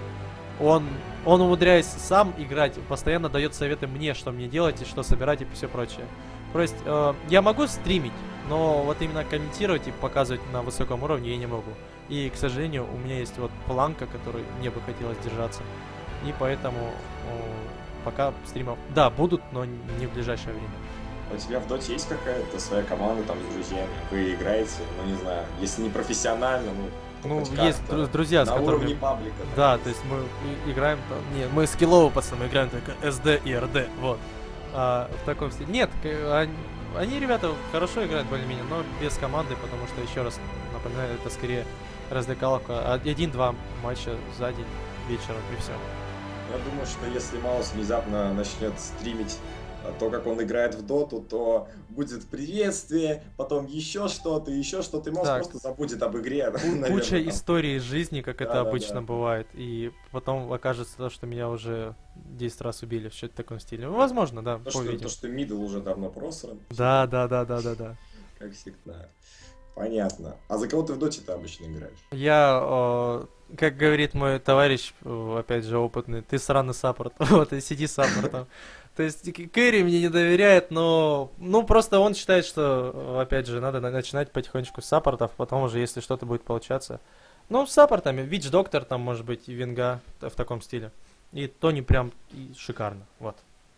A: он, он умудряясь сам играть, постоянно дает советы мне, что мне делать и что собирать и все прочее. То есть я могу стримить, но вот именно комментировать и показывать на высоком уровне я не могу. И, к сожалению, у меня есть вот планка, которой мне бы хотелось держаться. И поэтому пока стримов, да, будут, но не в ближайшее время.
B: У тебя в доте есть какая-то своя команда там с друзьями? Вы играете, ну не знаю, если не профессионально,
A: Ну,
B: хоть
A: есть друзья, с
B: на
A: которыми...
B: уровне паблика.
A: Да, то есть мы играем там... Нет, мы скилловые пацаны, мы играем только SD и RD, вот. В таком стиле. Нет, они, ребята, хорошо играют более-менее, но без команды, потому что, еще раз напоминаю, это скорее развлекаловка. 1-2 матча за день вечером и все.
B: Я думаю, что если Маус внезапно начнет стримить то, как он играет в доту, то будет приветствие, потом еще что-то, и Маус просто забудет об игре.
A: Куча историй из жизни, как это обычно бывает, и потом окажется то, что меня уже 10 раз убили в что-то таком стиле. Ну, возможно, да,
B: то, что мидл уже давно просран.
A: Да.
B: Как всегда. Понятно. А за кого ты в доте-то обычно играешь?
A: Я, как говорит мой товарищ, опять же, опытный, ты сраный саппорт, вот, и сиди саппортом. То есть Кэрри мне не доверяет, но... Ну, просто он считает, что, опять же, надо начинать потихонечку с саппортов, потом уже, если что-то будет получаться. Ну, с саппортами, Вич-доктор, там, может быть, и Винга в таком стиле. И Тони прям шикарно, вот.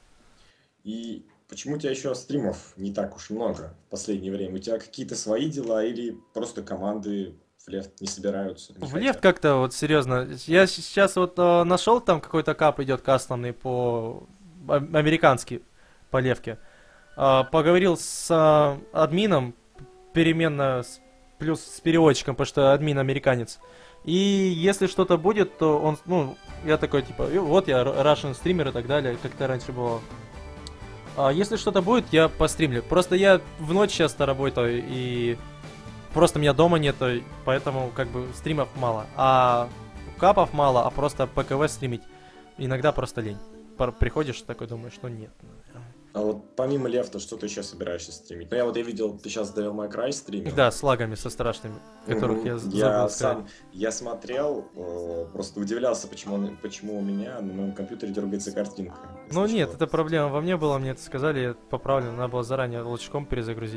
B: И почему у тебя еще стримов не так уж много в последнее время? У тебя какие-то свои дела или просто команды в лефт не собираются?
A: В лефт как-то, вот, серьезно. Я сейчас вот нашел, там какой-то кап идет кастомный по... американский по левке. Поговорил с админом переменно плюс с переводчиком, потому что админ американец. И если что-то будет, то он, ну, я такой типа, вот я Russian стример и так далее, как это раньше было. Если что-то будет, я постримлю. Просто я в ночь часто работаю, и просто меня дома нету, поэтому как бы стримов мало. А капов мало, а просто ПКВ стримить иногда просто лень. Приходишь такой, думаешь, ну нет.
B: А вот помимо лефта, что ты сейчас собираешься стримить? Ну я видел, ты сейчас Devil May Cry стримил.
A: Да, с лагами, со страшными, которых я забыл сказать.
B: Я смотрел, просто удивлялся, почему у меня на моем компьютере дергается картинка.
A: Ну нет, это проблема во мне была, мне это сказали, я поправлю, надо было заранее лучком перезагрузить.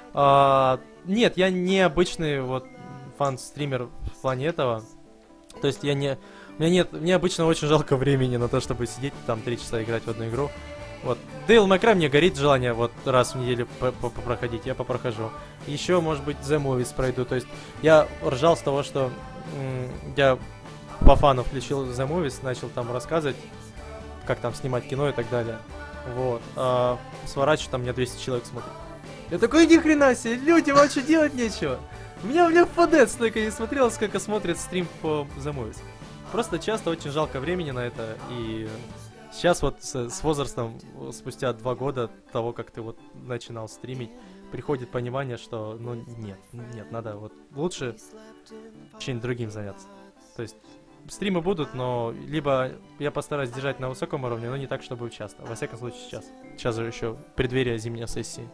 A: Нет, я не обычный вот фан-стример в плане этого. То есть мне обычно очень жалко времени на то, чтобы сидеть там 3 часа играть в одну игру. Вот. Devil May Cry мне горит желание вот раз в неделю проходить, я попрохожу. Еще, может быть, The Movies пройду. То есть я ржал с того, что я по фану включил The Movies, начал там рассказывать, как там снимать кино и так далее. Вот. Сворачиваю, там меня 200 человек смотрит. Я такой, ни хрена себе, люди, вам что делать нечего. У меня в Left 4 Dead столько не смотрел, сколько смотрит стрим по The Movies. Просто часто очень жалко времени на это, и сейчас вот с возрастом, спустя 2 года того, как ты вот начинал стримить, приходит понимание, что, ну, нет, надо вот лучше чем-нибудь другим заняться. То есть стримы будут, но либо я постараюсь держать на высоком уровне, но не так, чтобы часто. Во всяком случае, сейчас. Сейчас же еще преддверие зимней сессии.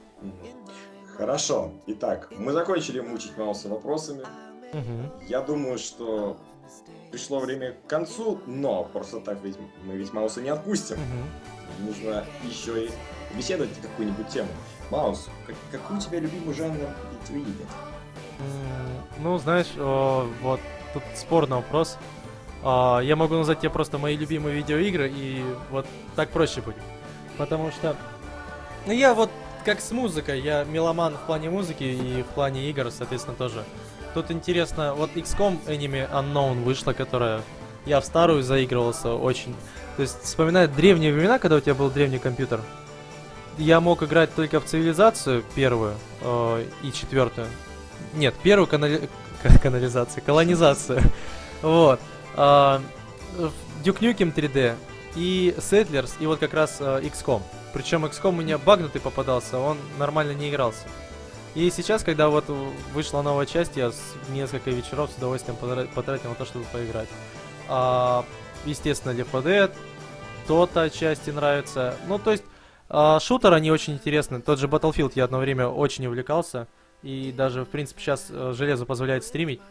B: Хорошо. Итак, мы закончили мучить Мауса вопросами. Я думаю, что пришло время к концу, но просто так мы ведь Мауса не отпустим. Нужно еще и беседовать на какую-нибудь тему. Маус, какой у тебя любимый жанр видеоигр?
A: Ну, знаешь, вот тут спорный вопрос. Я могу назвать тебе просто мои любимые видеоигры, и вот так проще будет. Потому что я вот как с музыкой, я меломан в плане музыки и в плане игр, соответственно, тоже. Тут интересно, вот XCOM Enemy Unknown вышла, которая... Я в старую заигрывался очень. То есть, вспоминая древние времена, когда у тебя был древний компьютер, я мог играть только в цивилизацию первую и 4-ю. Нет, первую колонизацию. Вот. Duke Nukem 3D и Settlers, и вот как раз XCOM. Причем XCOM у меня багнутый попадался, он нормально не игрался. И сейчас, когда вот вышла новая часть, я несколько вечеров с удовольствием потратил на то, чтобы поиграть. Естественно, Left 4 Dead, то-то части нравится. Ну, то есть, шутеры, они очень интересны. Тот же Battlefield я одно время очень увлекался. И даже, в принципе, сейчас железо позволяет стримить.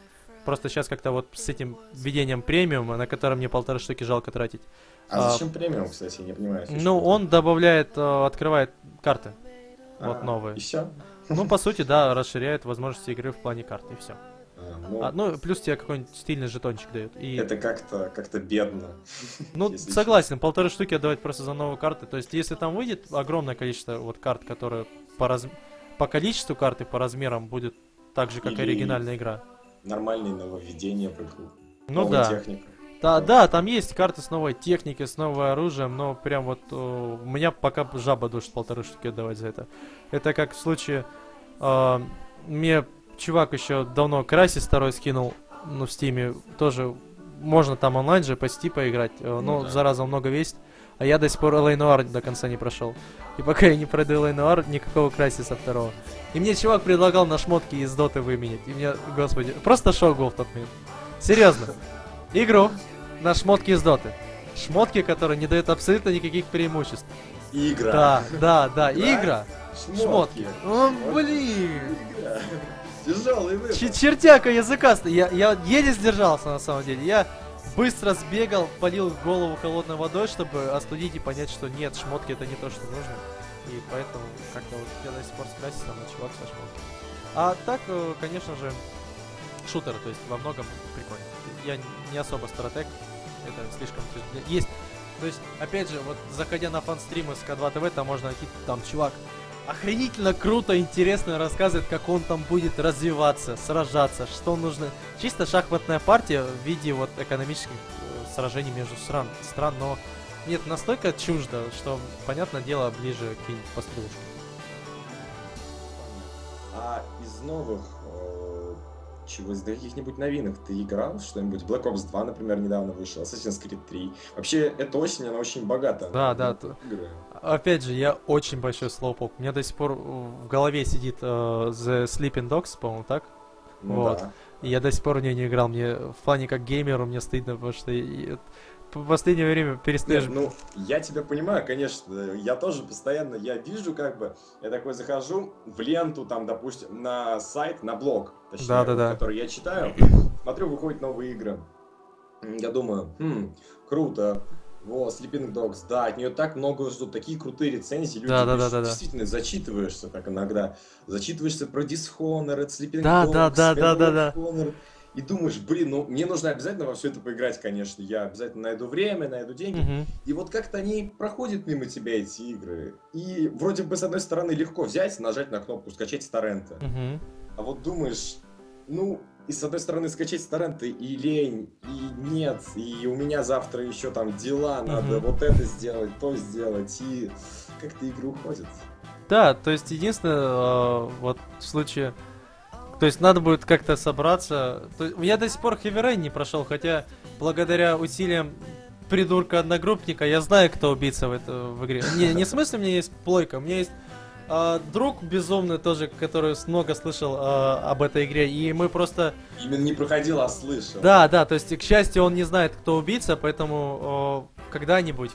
A: Просто сейчас как-то вот с этим введением премиума, на котором мне 1,5 штуки жалко тратить.
B: А зачем премиум, кстати, я не понимаю.
A: Ну, он добавляет, открывает карты. Вот новые.
B: И все?
A: Ну, по сути, да, расширяет возможности игры в плане карт, и все.
B: Ну,
A: Ну, плюс тебе какой-нибудь стильный жетончик дают. И...
B: это как-то бедно.
A: Ну, согласен, 1,5 штуки отдавать просто за новые карты. То есть, если там выйдет огромное количество вот карт, которые по количеству карт и по размерам будет так же, как и оригинальная игра.
B: Нормальные нововведения в игру.
A: Ну
B: новая
A: да.
B: техника.
A: Да, там есть карты с новой техникой, с новым оружием, но прям вот у меня пока жаба душит 1,5 штуки отдавать за это. Это как в случае... мне чувак еще давно Crysis 2 скинул, ну, в Стиме, тоже можно там онлайн же почти поиграть, но
B: да.
A: зараза много весит, а я до сих пор L.A. Noire до конца не прошел. И пока я не пройду L.A. Noire, никакого Crysis 2. И мне чувак предлагал на шмотки из Доты выменять, и мне, господи, просто шок был в тот момент. Серьезно. Игру на шмотки из Доты. Шмотки, которые не дают абсолютно никаких преимуществ.
B: Игра.
A: Да, игра.
B: Шмотки.
A: О, блин.
B: Игра. Тяжелый выбор.
A: Чертяка языкастый. Я еле сдержался на самом деле. Я быстро сбегал, полил голову холодной водой, чтобы остудить и понять, что нет, шмотки это не то, что нужно. И поэтому как-то вот я до сих пор скрасился на чувак со шмотки. А так, конечно же, шутер, то есть во многом прикольно. Я не особо стратег, это слишком... Есть, то есть, опять же, вот заходя на фан-стримы с К2 ТВ, там можно найти, там чувак охренительно круто, интересно рассказывает, как он там будет развиваться, сражаться, что нужно. Чисто шахматная партия в виде вот экономических сражений между стран, но нет, настолько чуждо, что, понятное дело, ближе к каким-нибудь пострелушкам.
B: А из новых, из каких-нибудь новинок ты играл что-нибудь? Black Ops 2, например, недавно вышел, Assassin's Creed 3. Вообще, эта осень, она очень богата.
A: Да. Опять же, я очень большой слоупок. У меня до сих пор в голове сидит The Sleeping Dogs, по-моему, так?
B: Ну,
A: вот.
B: Да.
A: И я до сих пор в нее не играл. Мне в плане как геймеру мне стыдно, потому что в последнее время перестаешь...
B: Нет, ну, я тебя понимаю, конечно. Я тоже постоянно, я вижу как бы, я такой захожу в ленту, там, допустим, на сайт, на блог, точнее,
A: Да.
B: который я читаю, смотрю, выходят новые игры. Я думаю, круто. Вот, Sleeping Dogs, да, от нее так много ждут, такие крутые рецензии, люди действительно зачитываешься так иногда, зачитываешься про Dishonored, Sleeping Dogs, Honor, и думаешь, блин, ну мне нужно обязательно во все это поиграть, конечно, я обязательно найду время, найду деньги, и вот как-то они проходят мимо тебя, эти игры, и вроде бы с одной стороны легко взять, нажать на кнопку, скачать с торрента, а вот думаешь, ну... И с одной стороны скачать с торрента и лень, и нет, и у меня завтра еще там дела, надо вот это сделать, то сделать, и как-то игры уходят.
A: Да, то есть единственное, вот в случае... То есть надо будет как-то собраться... Я до сих пор Heavy Rain не прошел, хотя благодаря усилиям придурка-одногруппника я знаю, кто убийца в игре. Не в смысле у меня есть плойка, у меня есть... друг безумный тоже, который много слышал об этой игре, и мы просто...
B: Именно не проходил, а слышал.
A: Да, то есть, к счастью, он не знает, кто убийца, поэтому когда-нибудь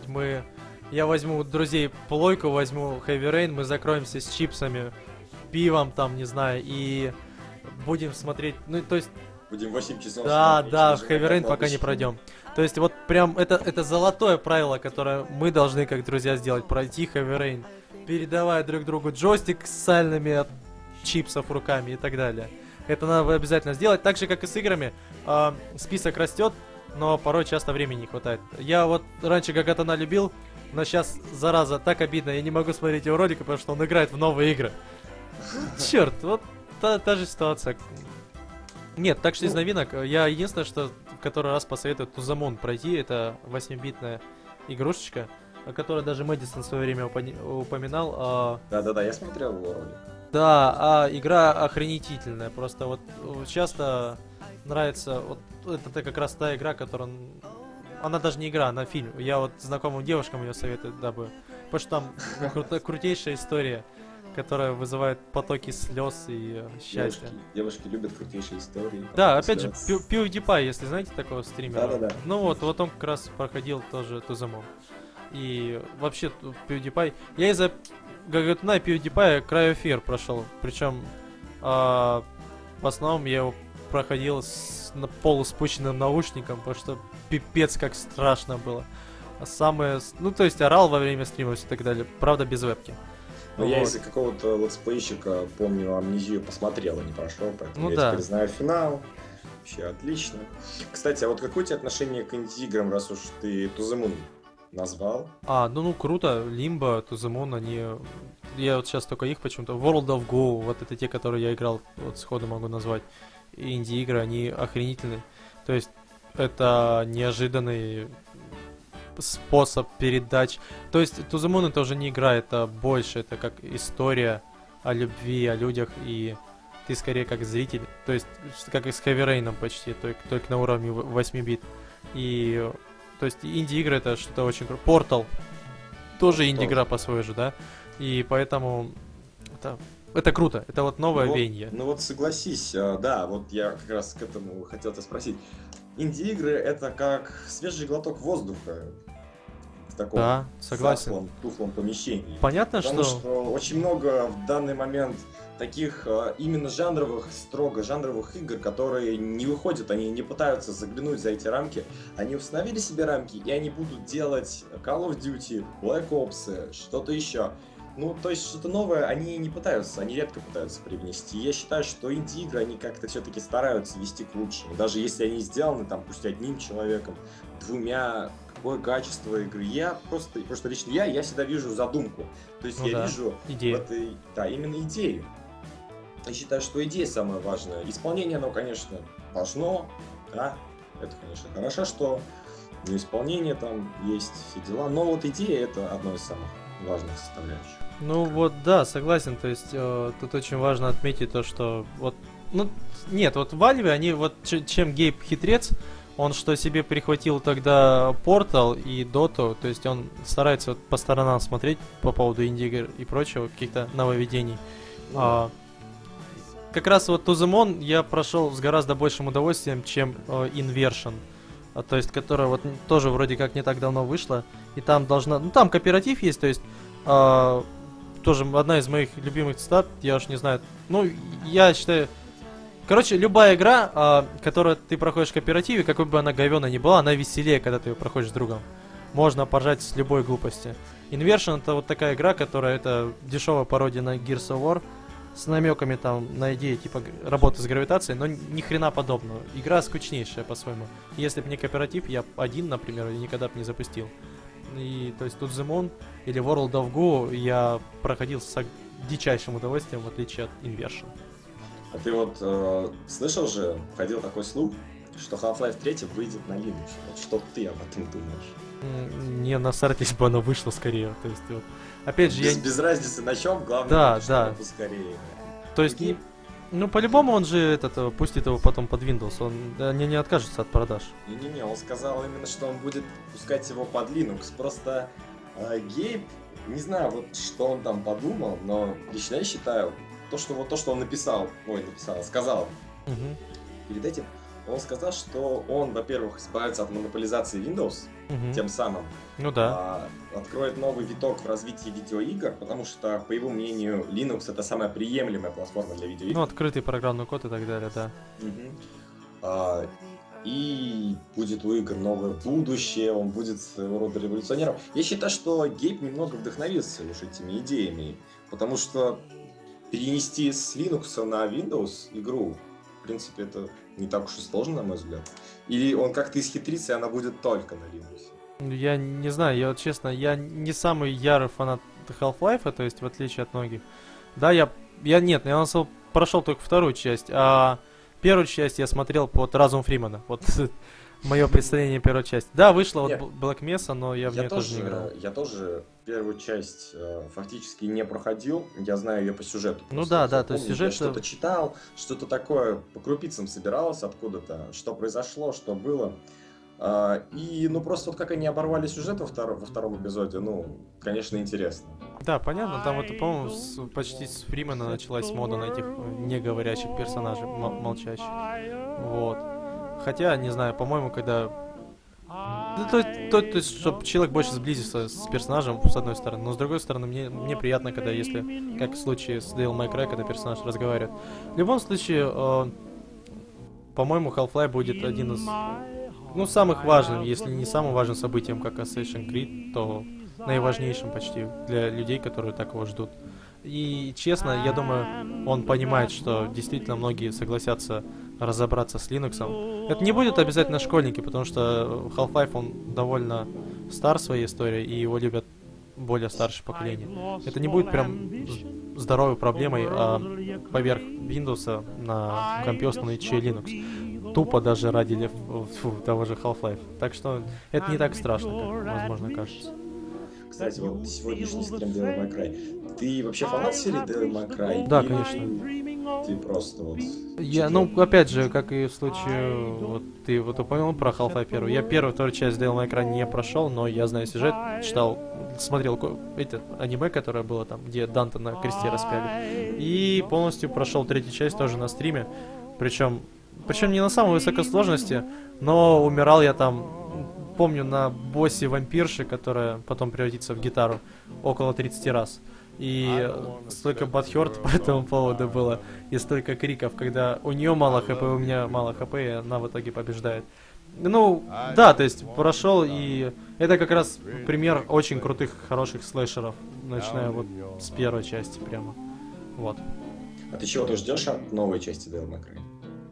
A: я возьму друзей плойку, возьму Heavy Rain, мы закроемся с чипсами, пивом там, не знаю, и будем смотреть, ну, то есть...
B: Будем 8 часов.
A: Да, в Heavy Rain пока не пройдем. То есть, вот прям, это золотое правило, которое мы должны, как друзья, сделать, пройти Heavy Rain, передавая друг другу джойстик с сальными от чипсов руками и так далее. Это надо обязательно сделать. Так же, как и с играми, список растет, но порой часто времени не хватает. Я вот раньше Гагатана любил, но сейчас, зараза, так обидно, я не могу смотреть его ролики, потому что он играет в новые игры. Черт, вот та же ситуация. Нет, так что из новинок, я единственное, что в который раз посоветую To The Moon пройти, это 8-битная игрушечка, о которой даже Мэдисон в свое время упоминал.
B: Да, я смотрел его ролик.
A: Да, игра охренительная. Просто вот часто нравится. Вот это как раз та игра, которая. Она даже не игра, она фильм. Я вот знакомым девушкам ее советую, дабы. Потому что там крутейшая история, которая вызывает потоки слез и счастья.
B: Девушки любят крутейшие истории.
A: Да, опять же, PewDiePie, если знаете такого стримера.
B: Да.
A: Ну вот он как раз проходил тоже To The Moon. И вообще PewDiePie... Я из-за Гагатуна и PewDiePie Cry of Fear прошел. Причем в основном я его проходил с полуспущенным наушником, потому что пипец как страшно было. А самое... Ну, то есть орал во время стримов и так далее. Правда, без вебки.
B: Но я из-за какого-то летсплейщика, помню, Амнезию посмотрел, а не прошел, поэтому я теперь знаю финал. Вообще отлично. Кстати, а вот какое у тебя отношение к инди-играм, раз уж ты To The Moon назвал?
A: Ну круто. Limbo, To The Moon, они... Я вот сейчас только их почему-то... World of Go, вот это те, которые я играл, вот сходу могу назвать. Инди-игры, они охренительные. То есть это неожиданный способ передач. То есть To The Moon это уже не игра, это больше, это как история о любви, о людях, и ты скорее как зритель, то есть как и с Heavy Rain'ом почти, только на уровне 8 бит. И то есть инди-игры это что-то очень круто. Portal тоже инди-игра по-своему же, да? И поэтому это круто, это вот новое веяние.
B: Ну вот согласись, да, вот я как раз к этому хотел тебя спросить. Инди-игры это как свежий глоток воздуха в таком
A: согласен.
B: тухлом помещении.
A: Понятно,
B: Потому что очень много в данный момент таких именно строго жанровых игр, которые не выходят, они не пытаются заглянуть за эти рамки. Они установили себе рамки, и они будут делать Call of Duty, Black Ops, что-то еще. Ну, то есть что-то новое они не пытаются, они редко пытаются привнести. Я считаю, что инди-игры, они как-то все-таки стараются вести к лучшему. Даже если они сделаны, там, пусть одним человеком, двумя, какое качество игры. Я просто лично я всегда вижу задумку. То есть я вижу
A: идею.
B: Именно идею. Я считаю, что идея самая важная. Исполнение, оно, конечно, важно, да, это, конечно, хорошо, что на исполнение там есть все дела, но вот идея это одно из самых важных составляющих.
A: Ну вот да, согласен, то есть тут очень важно отметить то, что вот, ну нет, вот Valve, они вот чем Гейб хитрец, он что себе прихватил тогда Portal и Dota, то есть он старается вот по сторонам смотреть по поводу инди-игр и прочего, каких-то нововведений. Как раз вот To The Moon я прошел с гораздо большим удовольствием, чем Inversion. То есть, которая вот тоже вроде как не так давно вышла. И там там кооператив есть, то есть тоже одна из моих любимых цитат, я уж не знаю. Ну, я считаю... Короче, любая игра, которую ты проходишь в кооперативе, какой бы она говёной ни была, она веселее, когда ты ее проходишь с другом. Можно поржать с любой глупости. Inversion это вот такая игра, которая это дешевая пародия на Gears of War, с намеками там на идеи типа работы с гравитацией, но ни хрена подобного. Игра скучнейшая по-своему. Если бы не кооператив, я один, например, никогда бы не запустил. И то есть To The Moon или World of Go я проходил с дичайшим удовольствием, в отличие от Inversion.
B: А ты вот слышал же, ходил такой слух, что Half-Life 3 выйдет на Linux. Вот что ты об этом думаешь?
A: Не насрать, бы оно вышло скорее. То есть вот. Опять же,
B: без разницы на чем, главное,
A: что
B: поскорее.
A: То есть, ну по-любому он же пустит его потом под Windows, он не откажется от продаж.
B: Не, он сказал именно, что он будет пускать его под Linux. Просто Гейб, не знаю, вот что он там подумал, но лично я считаю, то, что он сказал перед этим, он сказал, что он, во-первых, избавится от монополизации Windows, тем самым откроет новый виток в развитии видеоигр, потому что, по его мнению, Linux это самая приемлемая платформа для видеоигр.
A: Ну, открытый программный код и так далее, да.
B: И будет у игр новое будущее, он будет своего рода революционером. Я считаю, что Гейб немного вдохновился уж этими идеями, потому что перенести с Linux на Windows игру, в принципе, это не так уж и сложно, на мой взгляд. Или он как-то исхитрится, и она будет только на Linux.
A: Я не знаю, я вот честно, я не самый ярый фанат Half-Life, то есть в отличие от многих. Да, я прошел только вторую часть, а первую часть я смотрел под Разум Фримена. Вот мое представление первой части. Да, вышла вот Black Mesa, но я в нее тоже не играл.
B: Я тоже первую часть фактически не проходил. Я знаю ее по сюжету.
A: Ну да, то есть сюжет...
B: Я что-то читал, что-то такое по крупицам собиралось откуда-то, что произошло, что было. И, просто вот как они оборвали сюжет во втором эпизоде, конечно, интересно.
A: Да, понятно, там вот, по-моему, почти с Фримена началась мода на этих неговорящих персонажей, молчащих. Вот. Хотя, не знаю, по-моему, когда... То есть, чтобы человек больше сблизился с персонажем, с одной стороны, но с другой стороны, мне приятно, когда, если, как в случае с Devil May Cry, когда персонаж разговаривает. В любом случае, по-моему, Half-Life будет один из, ну, самых важных, если не самым важным событием, как Assassin's Creed, то наиважнейшим почти для людей, которые так его ждут. И честно, я думаю, он понимает, что действительно многие согласятся разобраться с Linux. Это не будет обязательно школьники, потому что Half-Life, он довольно стар в своей истории, и его любят более старшее поколение. Это не будет прям здоровой проблемой поверх Windows на компе установить Linux. Тупо даже ради того же Half-Life. Так что это не так страшно, как возможно кажется.
B: Кстати, вот сегодняшний стрим Devil May Cry. Ты вообще фанат серии Devil May Cry?
A: Да,
B: Или
A: конечно.
B: ты просто вот...
A: Я, ну, опять же, как и в случае, вот ты вот упомянул про Half-Life 1. Я первую, вторую часть Devil May Cry не прошел, но я знаю сюжет, читал, смотрел это аниме, которое было там, где Данте на кресте распяли. И полностью прошел третью часть тоже на стриме. Причем не на самой высокой сложности, но умирал я там, помню, на боссе вампирши, которая потом превратится в гитару, около 30 раз. И столько бадхёрт по этому поводу было, и столько криков, когда у нее мало хп, у меня мало хп, и она в итоге побеждает. Ну, да, то есть прошел, и это как раз пример очень крутых, хороших слэшеров, начиная вот с первой части прямо. Вот.
B: А ты чего-то ждешь от новой части Devil May Cry?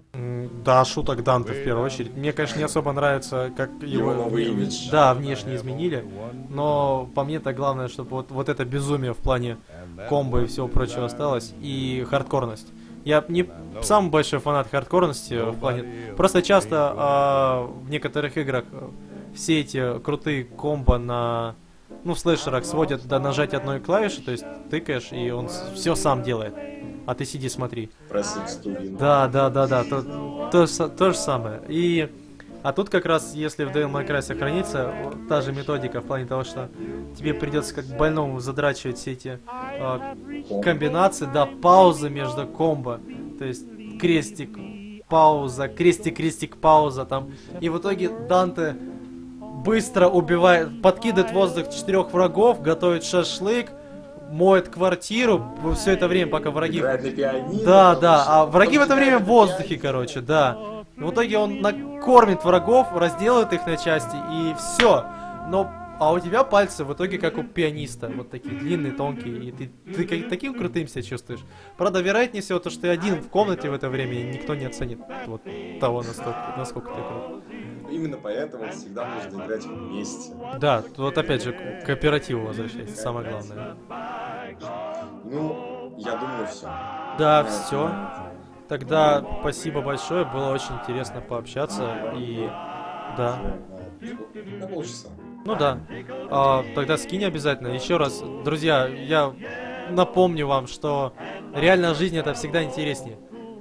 A: Да, шуток Данте в первую очередь. Мне, конечно, не особо нравится, как его
B: новый имидж.
A: Да, внешне изменили. Но по мне-то главное, чтобы вот это безумие в плане комбо и всего прочего осталось. И хардкорность. Я не самый большой фанат хардкорности в плане... Просто часто в некоторых играх все эти крутые комбо на... Ну, в слэшерах сводят до нажатия одной клавиши, то есть тыкаешь, и он все сам делает. А ты сиди, смотри. Да, то же самое. А тут как раз, если в Devil May Cry сохранится та же методика в плане того, что тебе придется как больному задрачивать все эти комбинации, да, паузы между комбо. То есть крестик, пауза, крестик, пауза там. И в итоге Данте быстро убивает, подкидывает в воздух 4 врагов, готовит шашлык, моет квартиру, все это время, пока враги...
B: Играет на пианино.
A: Да, а враги в это время в воздухе, короче, да. В итоге он накормит врагов, разделает их на части, и все. А у тебя пальцы в итоге как у пианиста, вот такие длинные, тонкие, и ты таким крутым себя чувствуешь. Правда, вероятнее всего, то, что ты один в комнате в это время, и никто не оценит вот того, насколько ты крут.
B: Именно поэтому всегда нужно играть вместе.
A: Да, вот опять же, к кооперативу возвращайся, самое главное.
B: Ну, я думаю, все.
A: Да, все. Тогда спасибо большое, было очень интересно пообщаться, и да.
B: На полчаса.
A: Ну да. Тогда скинь обязательно. Еще раз, друзья, я напомню вам, что реальная жизнь это всегда интереснее.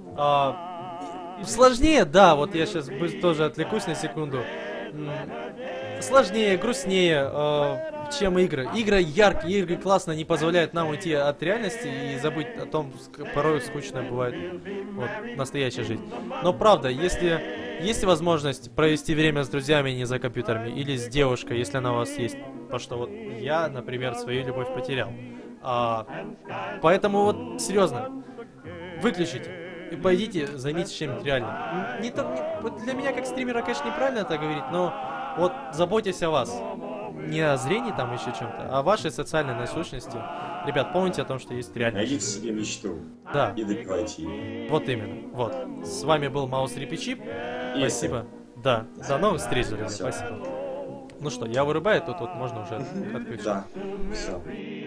A: Сложнее, да, вот я сейчас тоже отвлекусь на секунду. Сложнее, грустнее, чем игры. Игры яркие, игры классно, не позволяют нам уйти от реальности и забыть о том, порой скучно бывает вот, настоящая жизнь. Но правда, если есть возможность провести время с друзьями не за компьютерами или с девушкой, если она у вас есть, потому что вот я, например, свою любовь потерял. Поэтому вот серьезно, выключите. И пойдите, займитесь чем-нибудь реально. Вот для меня как стримера, конечно, неправильно это говорить, но вот заботьтесь о вас. Не о зрении там еще чем-то, а о вашей социальной насущности. Ребят, помните о том, что есть реальность.
B: Найдите себе мечту.
A: Да.
B: И добивайте ее.
A: Вот именно. Вот. С вами был Маус Репичип. Спасибо. Да. До новых встреч, друзья. Спасибо. Ну что, я вырубаю, тут вот можно уже отключить.
B: Да. Все.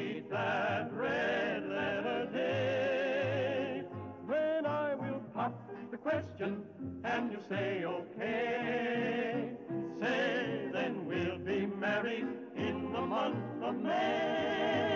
C: Question, and you say okay. Say then we'll be married in the month of May.